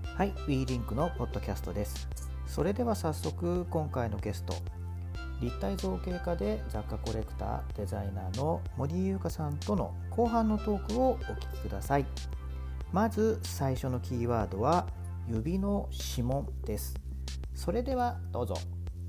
はい、WeLink のポッドキャストです。それでは早速今回のゲスト、立体造形家で雑貨コレクター、デザイナーの森井優香さんとの後半のトークをお聞きください。まず最初のキーワードは指の指紋です。それではどうぞ。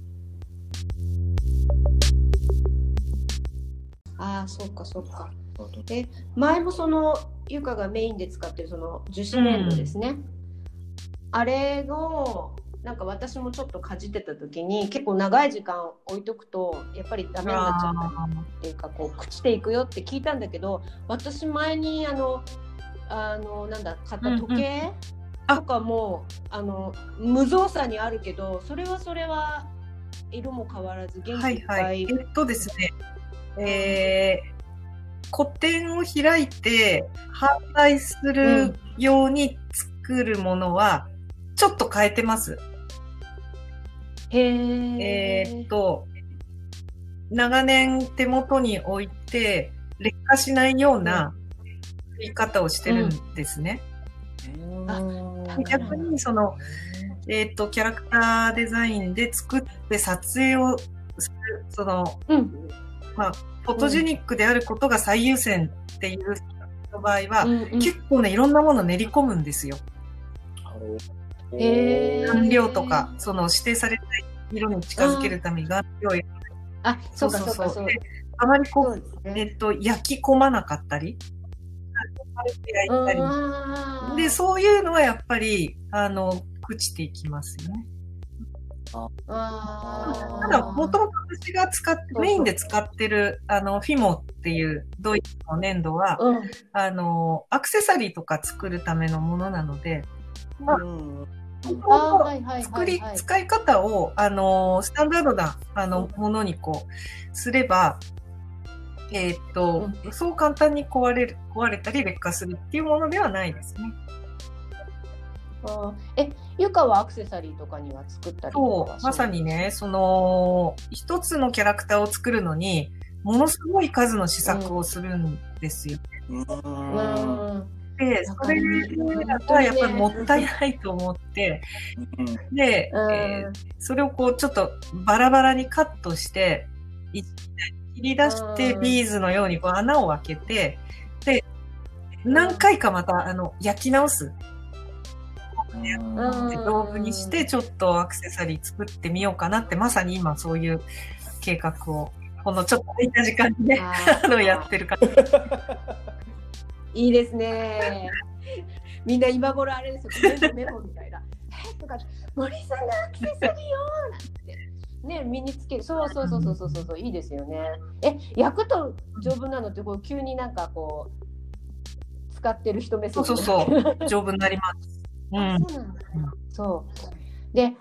そうかそうか。前もその優香がメインで使ってるその樹脂粘土ですね、あれのなんか私もちょっとかじってた時に結構長い時間置いとくとやっぱりダメになっちゃったりっていうかこう朽ちていくよって聞いたんだけど、私前に買った時計とかも無造作にあるけど、それは色も変わらず元気いっぱい。 ですね、個展を開いて販売するように作るものはちょっと変えてます。長年手元に置いて劣化しないような作り方をしてるんですね。逆にそのキャラクターデザインで作って撮影をするその、フォトジェニックであることが最優先っていう場合は、結構ねいろんなもの練り込むんですよ。顔料とかその指定された色に近づけるために顔料をそうあまりこう、焼き込まなかったり焼いたりで、そういうのはやっぱり朽ちていきますよね。ただもともと私がメインで使ってるフィモっていうドイツの粘土は、アクセサリーとか作るためのものなので、使い方をスタンダードなものにこうすれば、そう簡単に壊れたり劣化するっていうものではないですね。 ゆかはアクセサリーとかには作ったりとか？ まさにね、その一つのキャラクターを作るのにものすごい数の試作をするんですよ。で、それがやっぱりもったいないと思って、で、それをこうちょっとバラバラにカットして切り出してビーズのようにこう穴を開けて、で何回かまた焼き直す。道具にしてちょっとアクセサリー作ってみようかなって、まさに今そういう計画をこのちょっと空いた時間にねやってるからいいですね。みんな今頃あれですよ、メモみたいなとか森さんがアクセサリーよーなんてね、身につける。そういいですよね。焼くと丈夫なのってこう急になんかこう使ってる人目線でそう丈夫になります。 そうで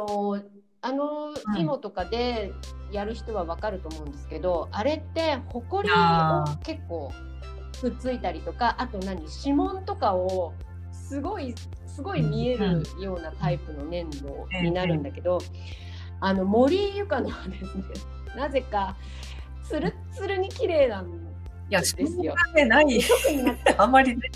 紐とかでやる人は分かると思うんですけど、あれってホコリを結構くっついたりとか、あと指紋とかをすごい見えるようなタイプの粘土になるんだけど、森井優香のはですね、なぜかツルッツルに綺麗なんですよ。 ないあまりね。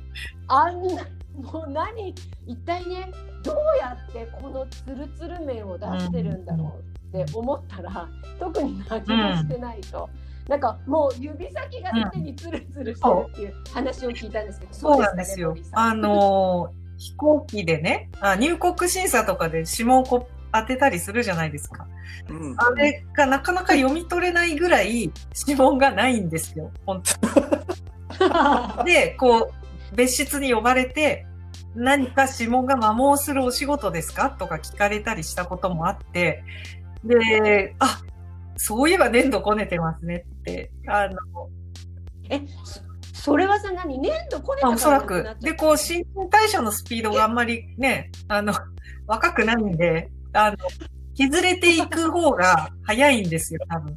もう一体ね、どうやってこのツルツル面を出してるんだろうって思ったら、特に何もしてないと、なんかもう指先がすでにツルツルしてるっていう話を聞いたんですけど、 そうなんですよ。飛行機でね、入国審査とかで指紋をこう当てたりするじゃないですか。あれがなかなか読み取れないぐらい指紋がないんですよ、本当に。で、こう別室に呼ばれて、何か指紋が摩耗するお仕事ですかとか聞かれたりしたこともあって、で、そういえば粘土こねてますねって。 それはさ、粘土こねたからおそらく。で、こう、新陳代謝のスピードがあんまりね、若くないんで、削れていく方が早いんですよ、多分。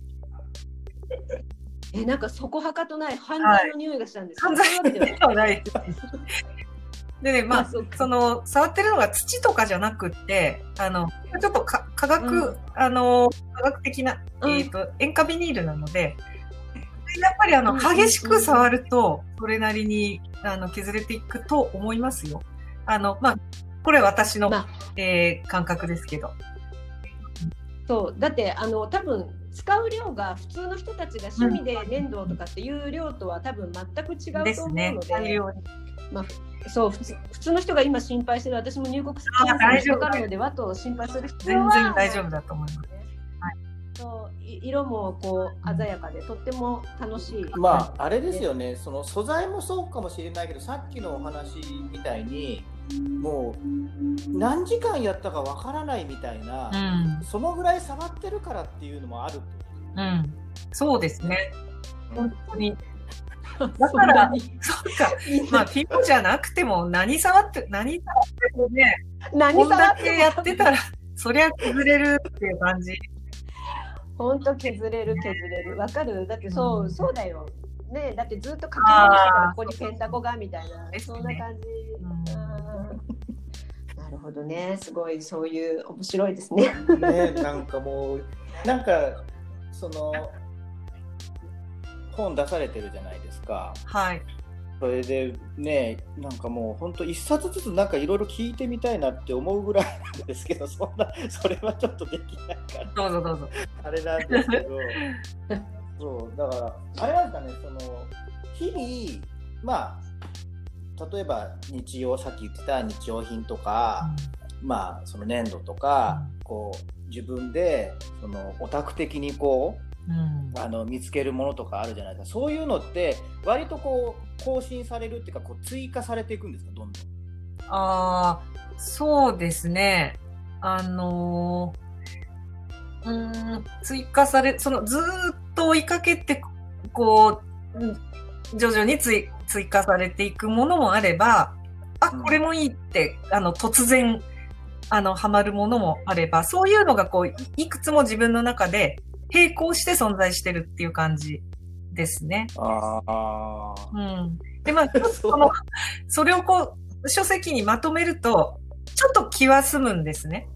なんかそこはかとない犯罪の匂いがしたんです犯罪ではないです。でね、その触ってるのが土とかじゃなくって、ちょっと科学的な、塩化ビニールなので、やっぱり激しく触るとそれなりに削れていくと思いますよ。 これ私の、 まあ感覚ですけど。 そうだって多分使う量が普通の人たちが趣味で粘土とかっていう量とは多分全く違うと思うので、 大量にまあ、そう普通の人が今心配してる、私も入国審査に引っかかるのではと心配する必要は全然大丈夫だと思います。 そう色もこう鮮やかでとっても楽しい。 まああれですよね、その素材もそうかもしれないけど、さっきのお話みたいにもう何時間やったかわからないみたいな、そのぐらい触ってるからっていうのもあるってことですね。 そうですね。本当に。だから、そうか、まあ、ピモじゃなくても、何触ってもね、こんだけやってたら、そりゃ削れるっていう感じ。 本当削れる。わかる？だってそうだよ。ね、だってずっと書き込みしてからここにペンタコがみたいな、そんな感じ。なるほどね、すごいそういう面白いですね。 ね、なんかもうなんかその本出されてるじゃないですか。 はい。 それでね、なんかもう本当一冊ずつなんかいろいろ聞いてみたいなって思うぐらいなんですけど、それはちょっとできないから。 どうぞ。 あれなんですけど、そうだからあれなんかね、その日々まあ例えばさっき言ってた日用品とか、まあその粘土とか、こう自分でそのオタク的にこう。見つけるものとかあるじゃないですか。そういうのって割とこう更新されるっていうか、こう追加されていくんですか、どんどん。 そうですね。追加され、ずーっと追いかけて、こう徐々に追加されていくものもあれば、これもいいって突然ハマるものもあれば、そういうのがこういくつも自分の中で並行して存在してるっていう感じですね。で、まあ、それをこう、書籍にまとめると、ちょっと気は済むんですね。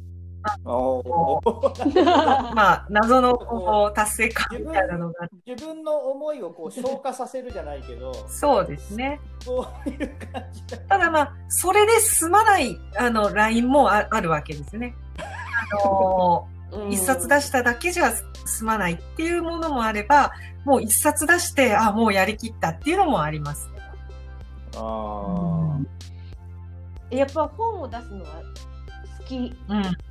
まあ、謎の達成感みたいなのが。 自分の思いをこう消化させるじゃないけど。 そうですね。 そういう感じ。 ただまあ、それで済まないラインもあるわけですね。一冊出しただけじゃ済まないっていうものもあれば、もう一冊出して、もうやりきったっていうのもあります。 やっぱ本を出すのは好き。い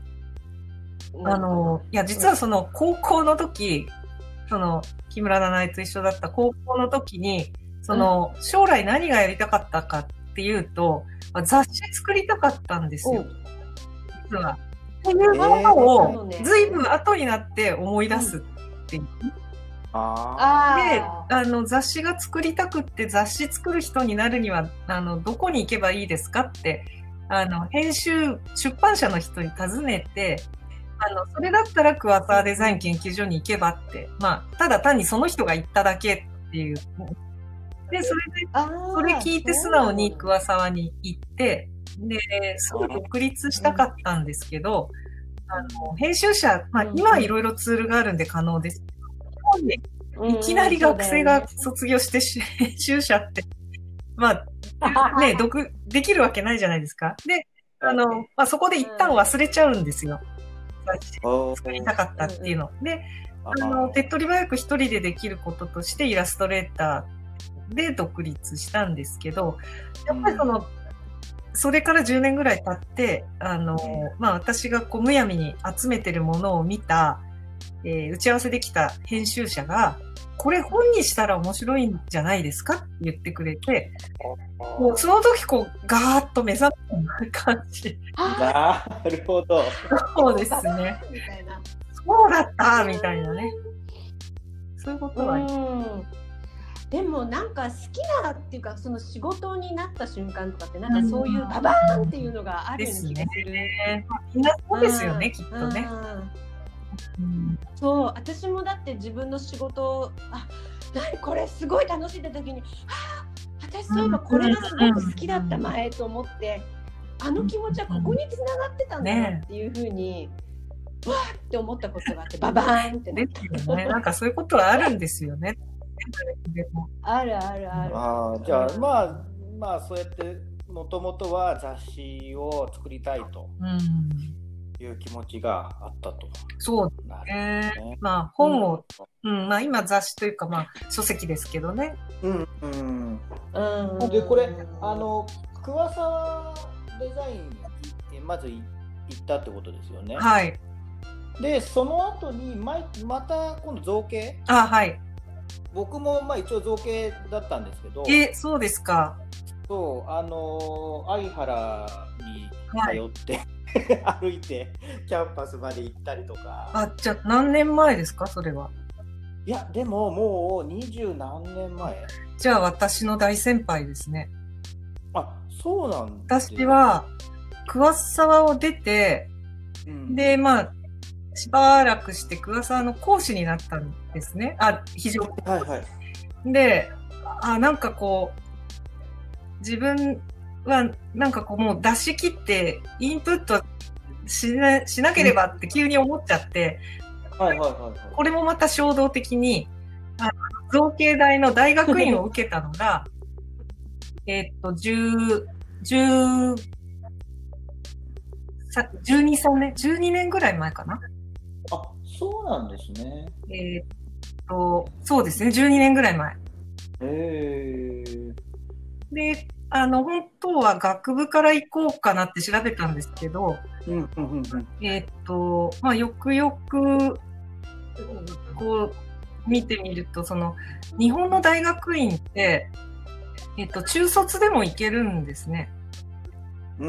や、実はその高校の時、木村七重と一緒だった高校の時に、将来何がやりたかったかっていうと、雑誌作りたかったんですよ。実は。っていうものをずいぶん後になって思い出すっていう。で、雑誌が作りたくって雑誌作る人になるには、どこに行けばいいですかって、出版社の人に尋ねて、それだったら桑沢デザイン研究所に行けばって、まあ、ただ単にその人が言っただけっていう。で、それ聞いて素直に桑沢に行って、で、独立したかったんですけど、編集者、まあ、今はいろいろツールがあるんで可能ですけど、いきなり学生が卒業して編集者って、まあ、ね、できるわけないじゃないですか。で、まあ、そこで一旦忘れちゃうんですよ。作りたかったっていうの。で、手っ取り早く一人でできることとしてイラストレーターで独立したんですけど、やっぱりそれから10年ぐらい経って、まあ、私がこうむやみに集めてるものを見た、打ち合わせできた編集者が、これ本にしたら面白いんじゃないですかって言ってくれて、もうその時こうガーッと目覚めた感じ。 なるほど。 そうですね。そうだったみたいなね。そういうことは。 でもなんか好きなっていうか、その仕事になった瞬間とかってなんかそういうババーンっていうのがあるような気がする。 みんなそうですよね、きっとね。 そう、私もだって自分の仕事、何これすごい楽しいって時に、私そういえばこれがすごく好きだった前と思って、気持ちはここに繋がってたんだなっていうふうに、わーって思ったことがあって、ババーンってなった。 なんかそういうことはあるんですよね。 ある。 じゃあまあそうやってもともとは雑誌を作りたいという気持ちがあったと。 そうね。まあ本を、まあ今雑誌というかまあ書籍ですけどね。 でこれ桑沢デザインにまず行ったってことですよね。 はい。 でその後にまた今度造形。 はい。 僕もまあ一応造形だったんですけど。 そうですか。 そう相原に通って、歩いてキャンパスまで行ったりとか。 じゃあ何年前ですかそれは。 いやでももう20何年前。 じゃあ私の大先輩ですね。 そうなんです。 私は桑沢を出て、でまあしばらくして桑沢の講師になったんですね。非常に。でなんかこう自分はなんかこうもう出し切ってインプットしなければって急に思っちゃって、これもまた衝動的に造形大の大学院を受けたのが12、12年ぐらい前かな。 そうなんですね。 そうですね、12年ぐらい前。で、本当は学部から行こうかなって調べたんですけど、まあ、よくよく、こう、見てみると、日本の大学院って、中卒でも行けるんですね。な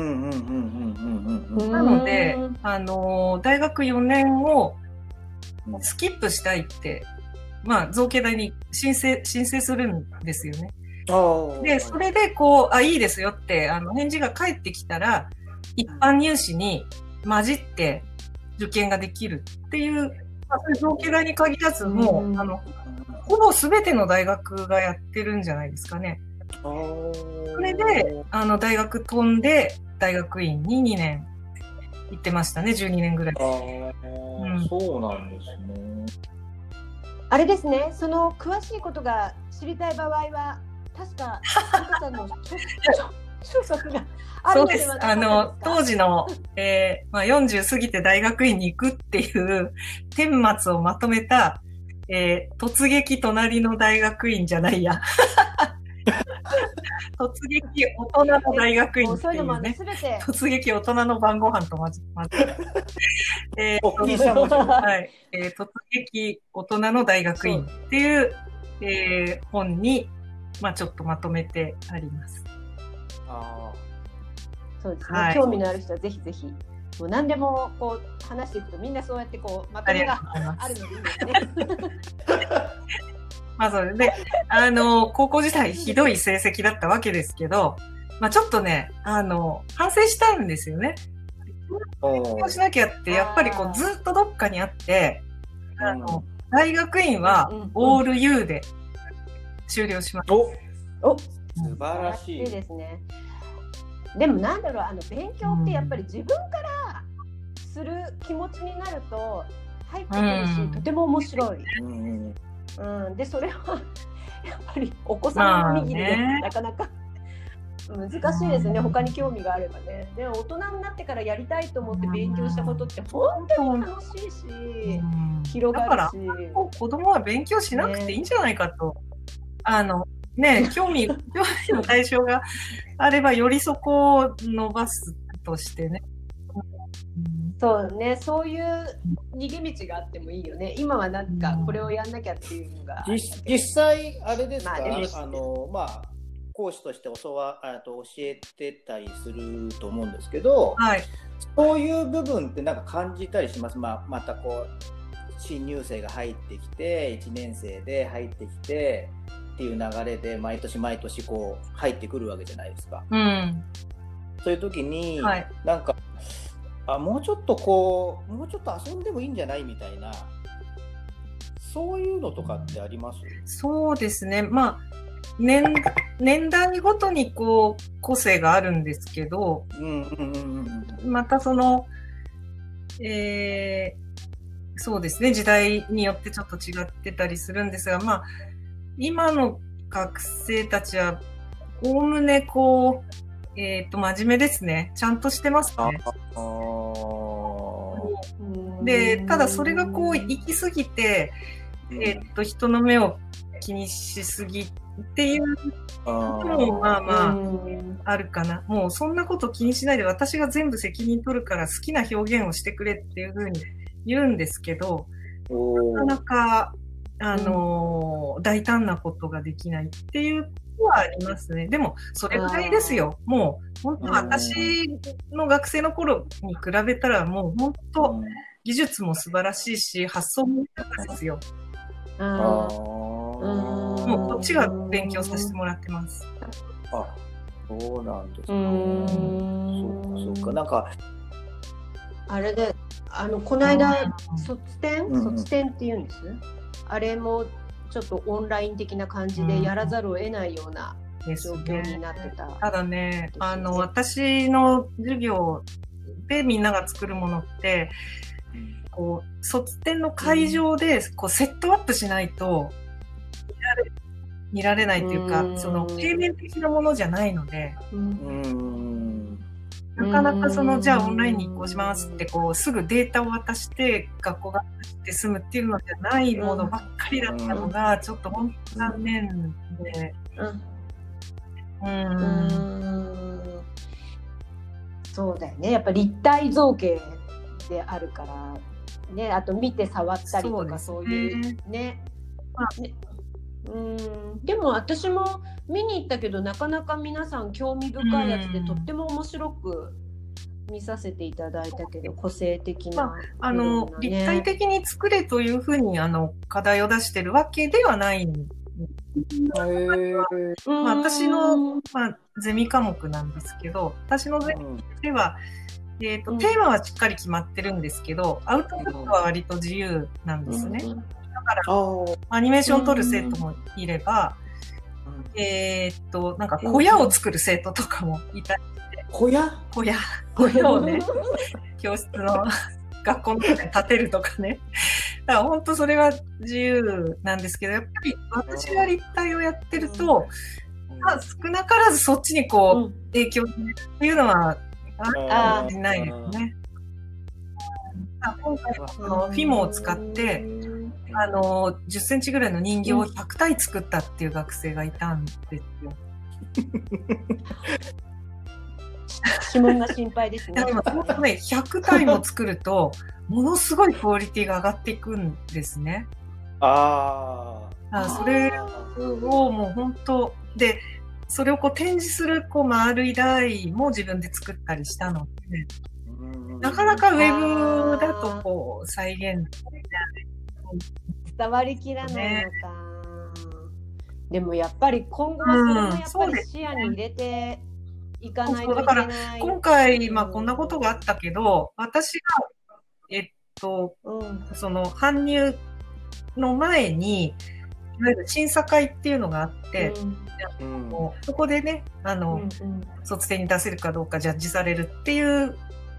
ので、大学4年をスキップしたいって、まあ、造形大に申請するんですよね。で、それでいいですよって、返事が返ってきたら、一般入試に混じって受験ができるっていう、そういう造形大に限らず、もう、ほぼ全ての大学がやってるんじゃないですかね。それで、大学飛んで、大学院に2年行ってましたね、12年ぐらい。 そうなんですね。 あれですね、その詳しいことが知りたい場合は、確か、ゆかさんの著作があるのではなかったですか？ そうです。当時の、まあ、40過ぎて大学院に行くっていう顛末をまとめた、突撃隣の大学院じゃないや。突撃大人の大学院っていうね。突撃大人の晩ご飯とまず。 大きいしゃもじ。 はい。突撃大人の大学院っていう、本に、まあちょっとまとめてあります。 そうですね。興味のある人はぜひぜひ。もう何でもこう話していくとみんなそうやってこうまとめがあるのでいいですね。 まあそれで、高校時代ひどい成績だったわけですけど、まあちょっとね、反省したんですよね。こうしなきゃって、やっぱりこうずっとどっかにあって、大学院はオール U で終了しました。 素晴らしい。 いいですね。でもなんだろう、勉強ってやっぱり自分からする気持ちになると入ってくるし、とても面白い。でそれはやっぱりお子さんの握りでなかなか難しいですね。他に興味があればね。でも大人になってからやりたいと思って勉強したことって本当に楽しいし、広がるし。だから子供は勉強しなくていいんじゃないかと。興味の対象があればよりそこを伸ばすとしてね。 そうね、そういう逃げ道があってもいいよね。今はなんかこれをやんなきゃっていうのが。 実際あれですか、講師として教えてたりすると思うんですけど、そういう部分ってなんか感じたりします。またこう新入生が入ってきて1年生で入ってきてっていう流れで毎年こう入ってくるわけじゃないですか。そういう時に、なんかもうちょっと遊んでもいいんじゃないみたいな、そういうのとかってあります？ そうですね。まあ年代ごとにこう個性があるんですけど、またそうですね、時代によってちょっと違ってたりするんですが、まあ今の学生たちはおおむねこう真面目ですね。ちゃんとしてますね。で、ただそれがこう、行き過ぎて、人の目を気にしすぎっていうのも、まあまあ、あるかな。もうそんなこと気にしないで、私が全部責任取るから好きな表現をしてくれっていうふうに言うんですけど、なかなか、大胆なことができないっていうのはありますね。でも、それぐらいですよ。もう、本当私の学生の頃に比べたら、もう本当、技術も素晴らしいし、発想も豊かですよ。もうこっちが勉強させてもらってます。 あ、そうなんですね。そうか、なんかあれで、この間、卒展って言うんです。あれもちょっとオンライン的な感じでやらざるを得ないような状況になってた。 ただね、私の授業でみんなが作るものって、こう卒展の会場でこうセットアップしないと見られないというか、その平面的なものじゃないので、なかなかじゃあオンラインに移行しますってこうすぐデータを渡して学校が走って済むっていうのじゃないものばっかりだったのがちょっと本当残念で。 そうだよね。やっぱ立体造形であるからね。あと見て触ったりとかそういうね。でも私も見に行ったけどなかなか皆さん興味深いやつでとっても面白く見させていただいたけど、個性的な、 立体的に作れというふうに課題を出してるわけではないんで、私の、ゼミ科目なんですけど、私のゼミでは、テーマはしっかり決まってるんですけど、アウトプットは割と自由なんですね。だからアニメーション撮る生徒もいれば、なんか小屋を作る生徒とかもいたりして、小屋をね、教室の学校の中に建てるとかね。だから本当それは自由なんですけど、やっぱり私が立体をやってると、少なからずそっちにこう影響するっていうのはないですね。今回はフィモを使って10センチぐらいの人形を100体作ったっていう学生がいたんですよ。 指紋が心配ですね。 100体も作るとものすごいクオリティが上がっていくんですね。それをもう本当で、それをこう展示する丸い台も自分で作ったりしたので、なかなかウェブだとこう再現伝わりきらないのか。でもやっぱり今後はそれもやっぱり視野に入れていかないといけない。だから今回こんなことがあったけど、私がその搬入の前にいわゆる審査会っていうのがあって、そこでね卒展に出せるかどうかジャッジされるっていう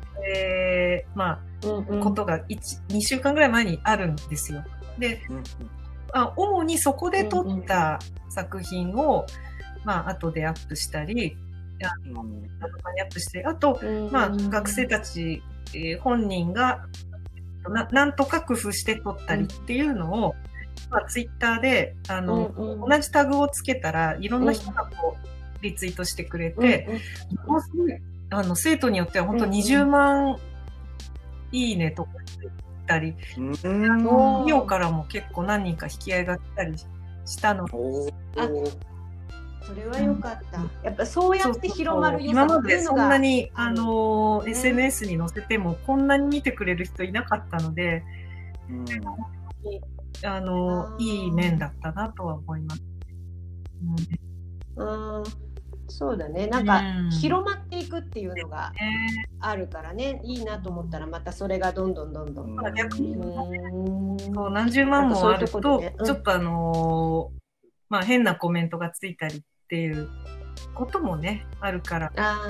ことが2週間ぐらい前にあるんですよ。で、主にそこで撮った作品を、後でアップしたり、アップして、あと、学生たち、本人がなんとか工夫して撮ったりっていうのを、ツイッターで同じタグをつけたらいろんな人がこうリツイートしてくれて、もうすごい生徒によっては本当20万いいねとかついたり、企業からも結構何人か引き合いが来たりしたの。 それは良かった。やっぱそうやって広まる良さっていうのが、今までそんなにSNS に載せてもこんなに見てくれる人いなかったので、いい面だったなとは思います。 そうだね。なんか広まっていくっていうのがあるからね、いいなと思ったらまたそれがどんどん。 逆にそう何十万もあるとちょっと変なコメントがついたりっていうこともねあるから。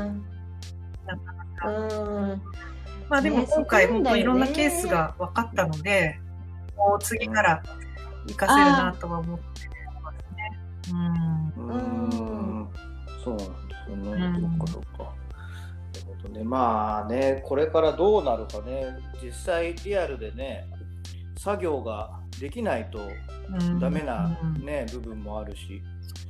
でも今回本当いろんなケースが分かったので、もう次から活かせるなとは思ってますね。 そうなんですよね。 ね。まあね、これからどうなるかね、実際リアルでね、作業ができないとダメな、ね、部分もあるし。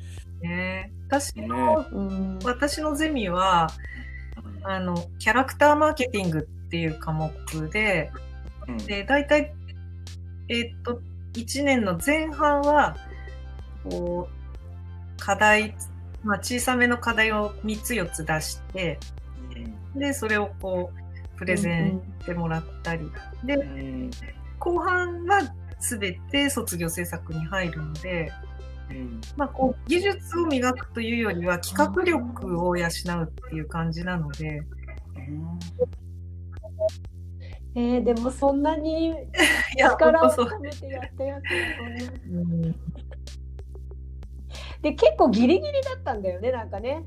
私のゼミは、キャラクターマーケティングっていう科目で、で、大体、1年の前半は、こう、課題、小さめの課題を3つ4つ出して、で、それをこう、プレゼンしてもらったり。で、後半は全て卒業制作に入るので、こう、技術を磨くというよりは企画力を養うっていう感じなので、 でもそんなに力を込めてやってで、結構ギリギリだったんだよね、なんかね。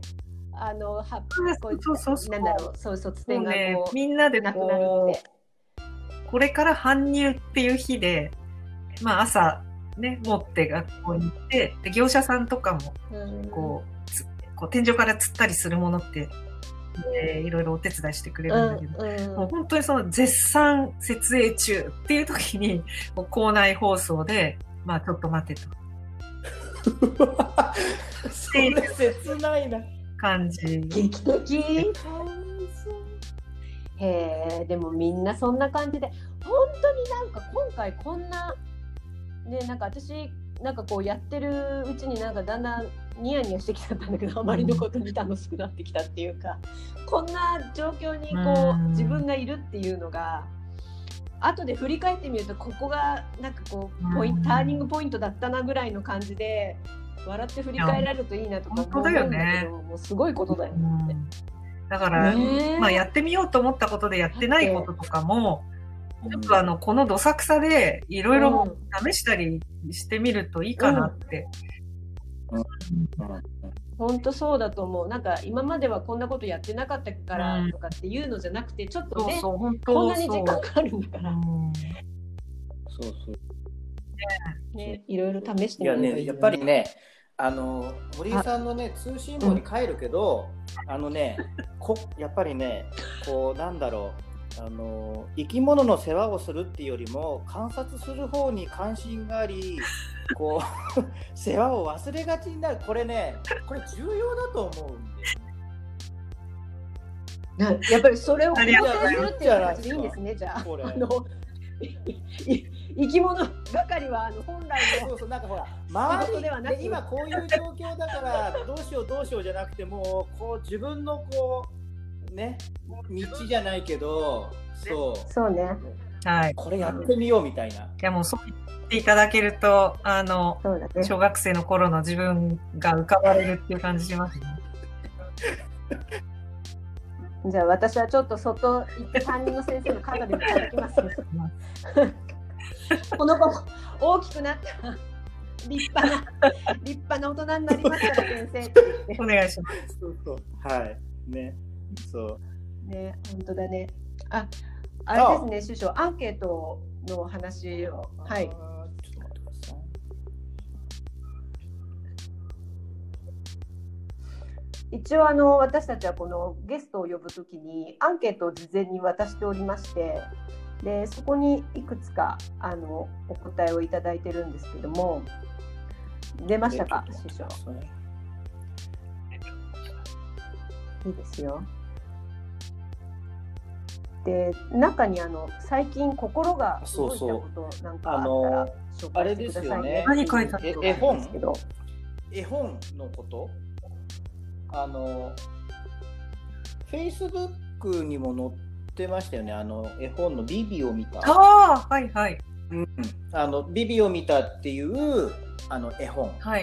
そう卒展がこう、 みんなでこう、これから搬入っていう日で、朝ね、持って学校に行って、で業者さんとかも、こう天井から釣ったりするものって、いろいろお手伝いしてくれるんだけど、もう本当にその絶賛設営中っていう時に、校内放送で、ちょっと待てと。 それ切ないな感じ。 劇的。でもみんなそんな感じで、本当になんか今回こんな、ね、なんか私、なんかこうやってるうちになんかだんだんニヤニヤしてきちゃったんだけど、あまりのことに楽しくなってきたっていうか、こんな状況にこう自分がいるっていうのが、後で振り返ってみると、ここがなんかこうターニングポイントだったなぐらいの感じで、笑って振り返られるといいなとか思うんだけど、もうすごいことだよね。 だから、やってみようと思ったことでやってないこととかも、ちょっとこのどさくさでいろいろ試したりしてみるといいかなって。 本当そうだと思う。なんか今まではこんなことやってなかったからとかっていうのじゃなくて、ちょっとね、こんなに時間があるんだから。ね、いろいろ試してみるといいよね。 やっぱりね、森井さんのね、通信簿に帰るけど、やっぱりね、こうなんだろう。生き物の世話をするっていうよりも観察する方に関心があり、こう世話を忘れがちになる。これ重要だと思うんで、やっぱりそれを肯定するっていう感じでいいんですね。じゃあ生き物係は本来のなんかほら周りではなく、今こういう状況だからどうしようじゃなくて、もうこう自分のこうね、道じゃないけど、 そうね、 はい、 これやってみようみたいな。いや、もうそう言っていただけると、小学生の頃の自分が浮かばれるっていう感じしますね。 じゃあ私はちょっと外行って担任の先生の肩でいただきますね。この子も大きくなったら立派な大人になりますから、先生って言ってお願いします。 はいね。 ね、本当だね。あれですね、師匠、アンケートの話を。はい。ちょっと待ってください。一応私たちはこのゲストを呼ぶときにアンケートを事前に渡しておりまして、でそこにいくつかお答えをいただいてるんですけども、出ましたか、師匠。いいですよ。で、中に最近心が動いたことなんかあったら紹介してくださいね。 何書いてあった絵本のこと、Facebook にも載ってましたよね。絵本のビビを見た。 はいはい。 ビビを見たっていう絵本。 はい。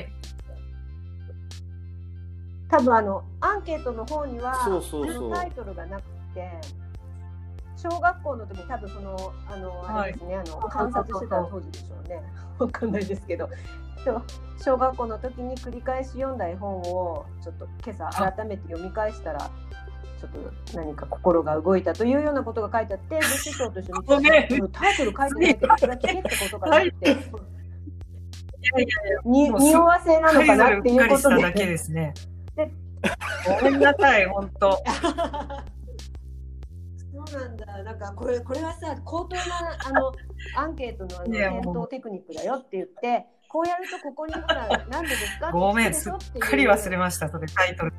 多分アンケートの方にはタイトルがなくて、小学校の時に多分あれですね、観察してた当時でしょうね。わかんないですけど、小学校の時に繰り返し読んだ絵本をちょっと今朝改めて読み返したら、ちょっと何か心が動いたというようなことが書いてあって、師匠と一緒にタイトル書いてないけどそれは聞けってことかなって。匂わせなのかなっていうことで。 だけですね。ごめんなさい、本当。 そうなんだ。なんかこれはさ、高等なアンケートの返答テクニックだよって言って、こうやるとここにほらなんでですかってごめん、すっかり忘れました、それタイトル。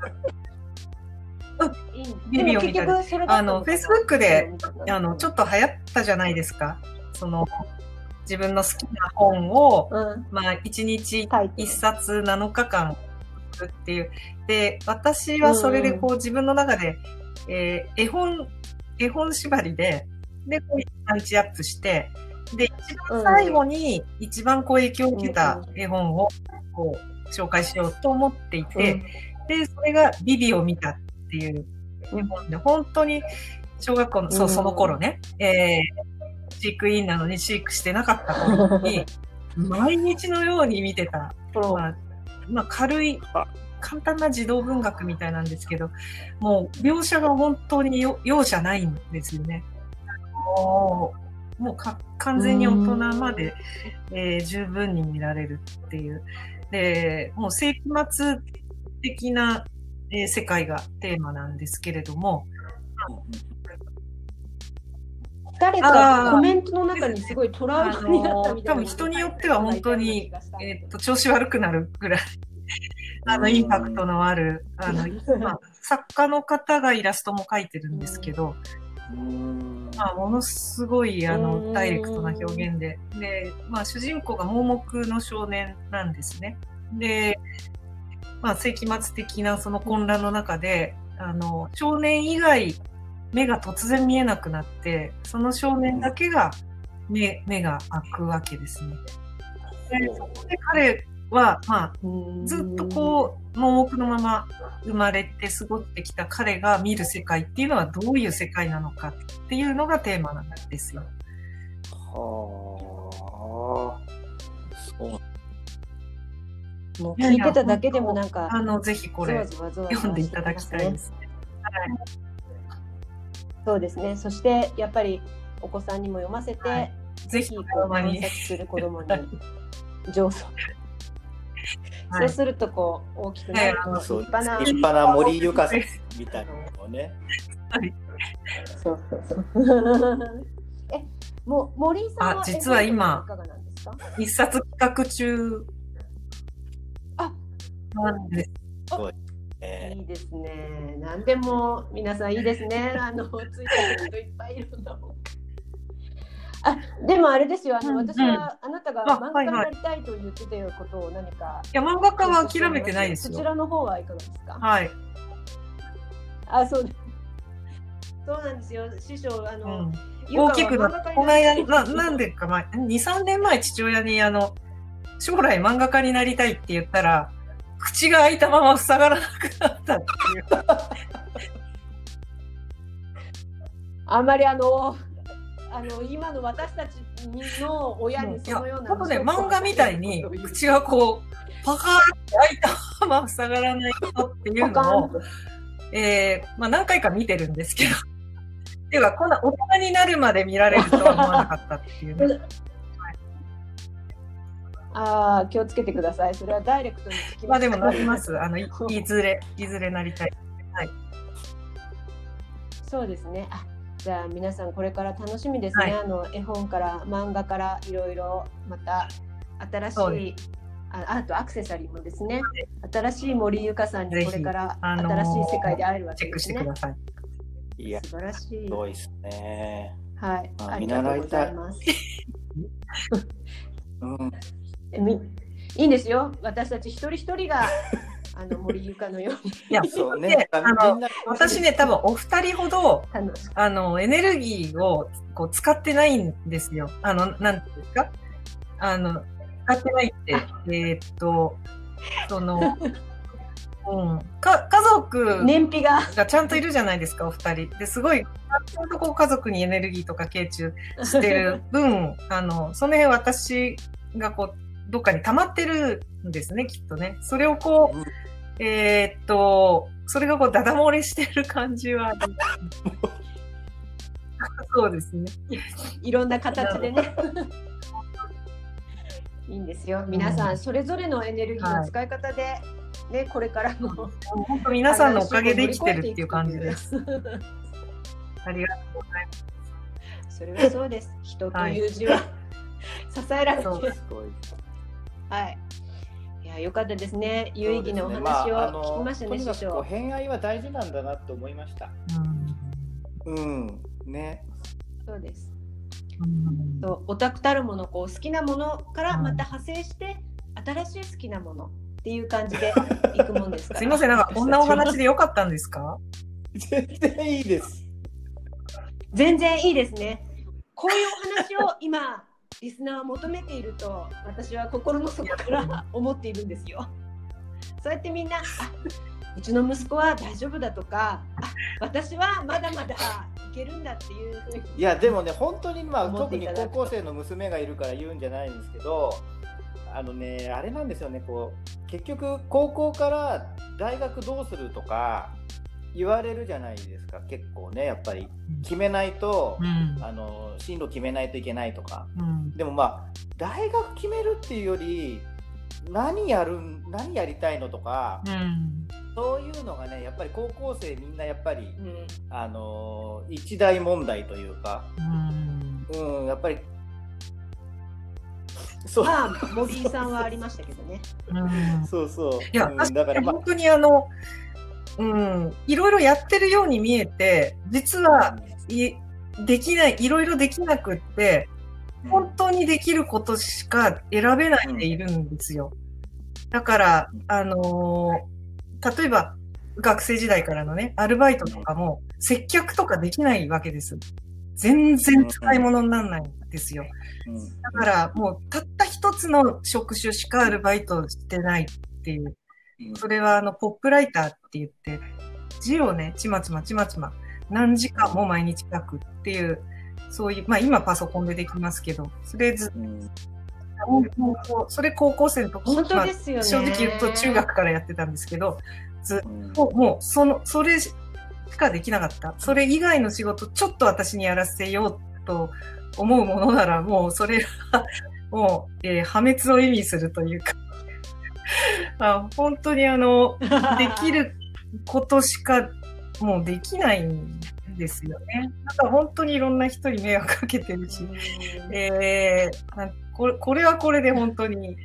ビビを見たり、Facebook でちょっと流行ったじゃないですか。その自分の好きな本を、まあ1日1冊7日間するっていう。で、私はそれでこう自分の中で、絵本縛りで、こうパンチアップして、で、一番最後に一番こう影響を受けた絵本をこう紹介しようと思っていて、で、それがビビを見たっていう絵本で、本当に小学校の、その頃ね、飼育員なのに飼育してなかった頃に、毎日のように見てた。まあ軽い、簡単な児童文学みたいなんですけど、もう描写が本当に容赦ないんですよね。もう完全に大人まで、十分に見られるっていう。で、もう世紀末的な、世界がテーマなんですけれども、 誰かコメントの中にすごいトラウマになったみたいな。 多分人によっては本当に、調子悪くなるぐらいインパクトのあるまあ、作家の方がイラストも描いてるんですけど、まあ、ものすごいダイレクトな表現で、まあ、主人公が盲目の少年なんですね。で、まあ、世紀末的なその混乱の中で少年以外目が突然見えなくなって、その少年だけが目が開くわけですね。で、そこで彼は、まあ、ずっとこう、盲目のまま生まれて過ごってきた彼が見る世界っていうのはどういう世界なのかっていうのがテーマなんですよ。 はあ、そう。 もう聞いてただけでもなんか、 ぜひこれ読んでいただきたいですね。はい。 そうですね。そしてやっぱりお子さんにも読ませて、 はい、ぜひ観察する子供に上手。そうするとこう大きくなると立派な森ゆかさんみたいなのをね。 そう。もう森井さんは実は今一冊企画中なんです。 いいですね。何でも皆さんいいですね。ついてる人いっぱいいるんだもん。でもあれですよ。私はあなたが漫画家になりたいと言ってたことを何か。 いや、漫画家は諦めてないですよ。 そちらの方はいかがですか。 はい。 そうなんですよ。師匠大きくなって、この間なんでか2、3年前父親に将来漫画家になりたいって言ったら。口が開いたまま塞がらなくなったっていう。 あんまり今の私たちの親にそのような。 多分ね、漫画みたいに口がこう、パカーって開いたまま塞がらない人っていうのを、まあ何回か見てるんですけど、では、こんな大人になるまで見られるとは思わなかったっていうね。 気をつけてください。それはダイレクトに聞きます。 まあでもなります。いずれなりたい。はい。 そうですね。じゃあ皆さんこれから楽しみですね。絵本から漫画からいろいろまた新しいあとアクセサリーもですね。新しい森ゆかさんにこれから新しい世界で会えるわけですね。 チェックしてください。 いや、 素晴らしい。 すごいですね。 はい。 見習いたい。 いいんですよ。私たち一人一人が森ゆかのように。 いや、そうね。私ね、多分お二人ほどエネルギーをこう使ってないんですよ。なんていうんですか？使ってないって家族燃費がちゃんといるじゃないですか、お二人。ですごい、ちゃんとこう家族にエネルギーとか傾注してる分、その辺私がこう、どっかに溜まってるんですね、きっとね。それをこう、それがこう、ダダ漏れしてる感じは。そうですね。 いろんな形でね。いいんですよ。皆さん、それぞれのエネルギーの使い方で、ね、これからも。 本当皆さんのおかげで生きてるっていう感じです。 ありがとうございます。 それはそうです。人という字は、支えられて、 そうすごい。 はい。いや、良かったですね。有意義なお話を聞きましたね、師匠。 偏愛は大事なんだなと思いました。ね。 そうです。そうオタクたるもの、こう好きなものからまた派生して、新しい好きなものっていう感じでいくもんですから。 すいません、なんかこんなお話でよかったんですか？ 全然いいです。 全然いいですね。こういうお話を今リスナーは求めていると私は心の底から思っているんですよ。そうやってみんな、うちの息子は大丈夫だとか、私はまだまだいけるんだっていうふうに。 いやでもね、本当に特に高校生の娘がいるから言うんじゃないんですけど、あれなんですよね、こう結局高校から大学どうするとか言われるじゃないですか。結構ね、やっぱり決めないと、進路決めないといけないとか、でも大学決めるっていうより何やりたいのとか、そういうのがね、やっぱり高校生みんなやっぱり、一大問題というか、やっぱりそう、森井さんはありましたけどね。 そうそう。 いや、だから本当にいろいろやってるように見えて、実はできない、いろいろできなくって、本当にできることしか選べないでいるんですよ。だから、例えば学生時代からのね、アルバイトとかも接客とかできないわけです。全然使い物にならないんですよ。だからもうたった一つの職種しかアルバイトしてないっていう。それはポップライターって言って、字をね、ちまちま何時間も毎日書くっていう、そういう、今パソコンでできますけど、それそれ高校生の時、 本当ですよね。 正直言うと中学からやってたんですけど、もうそれしかできなかった。それ以外の仕事、ちょっと私にやらせようと思うものなら、もうそれは、もう、破滅を意味するというか、本当にできることしかもうできないんですよね。だから本当にいろんな人に迷惑かけてるし、これはこれで本当に、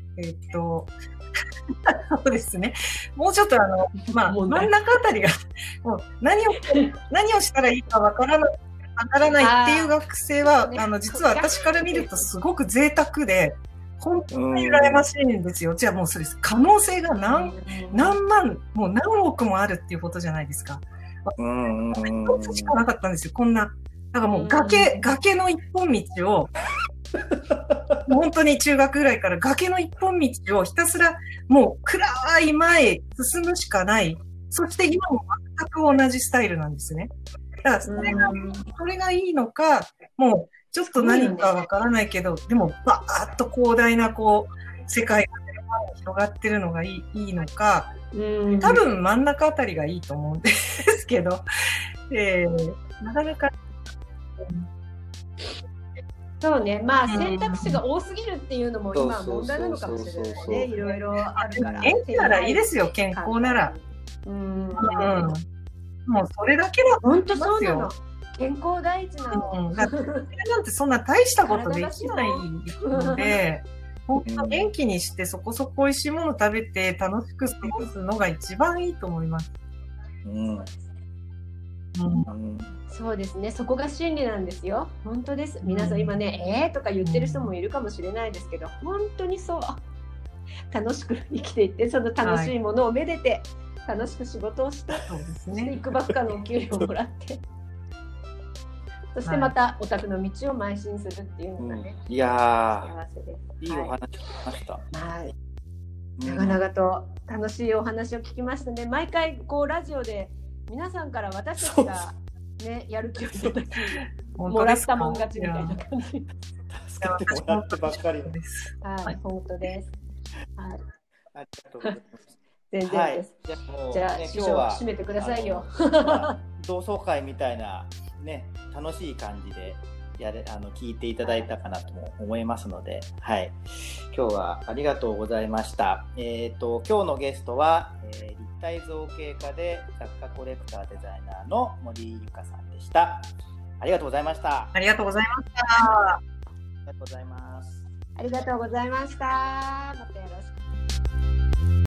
そうですね。もうちょっと真ん中あたりが、もう何をしたらいいかわからないっていう学生は、実は私から見るとすごく贅沢で、本当に羨ましいんですよ。じゃあもうそれ可能性が何万、もう何億もあるっていうことじゃないですか。一つしかなかったんですよ。こんな。だからもう崖の一本道を、本当に中学ぐらいから崖の一本道をひたすらもう暗い前へ進むしかない。そして今も全く同じスタイルなんですね。だからそれがいいのか、もうちょっと何かわからないけど、でもバーッと広大な世界が広がってるのがいいのか、多分真ん中あたりがいいと思うんですけど、なかなか。 そうね、選択肢が多すぎるっていうのも今問題なのかもしれないですね。いろいろあるから。 元気ならいいですよ、健康なら。もうそれだけだと思いますよ。本当そうなの。健康第一なの。 だってなんてそんな大したことできないので、本当元気にしてそこそこ美味しいもの食べて楽しく過ごすのが一番いいと思います。 そうですね、そこが真理なんですよ。本当です。皆さん今ね、とか言ってる人もいるかもしれないですけど、本当にそう。楽しく生きていって、その楽しいものをめでて、楽しく仕事をして、そしていくばくかのお給料をもらって、そしてまたオタクの道を邁進するっていうのがね、 いや幸せです。 いいお話聞きました。 長々と楽しいお話を聞きましたね。毎回ラジオで皆さんから私たちがね、やる気をいただき、もらったもん勝ちみたいな感じ。 助けてもらってばっかりです。 はい、本当です。 ありがとうございます。 全然です。じゃあ、師匠締めてくださいよ。 同窓会みたいなね、楽しい感じで聞いていただいたかなとも思いますので、はい、今日はありがとうございました。今日のゲストは、立体造形家で雑貨コレクターデザイナーの森井ゆかさんでした。 ありがとうございました。 ありがとうございました。 ありがとうございます。 ありがとうございました。また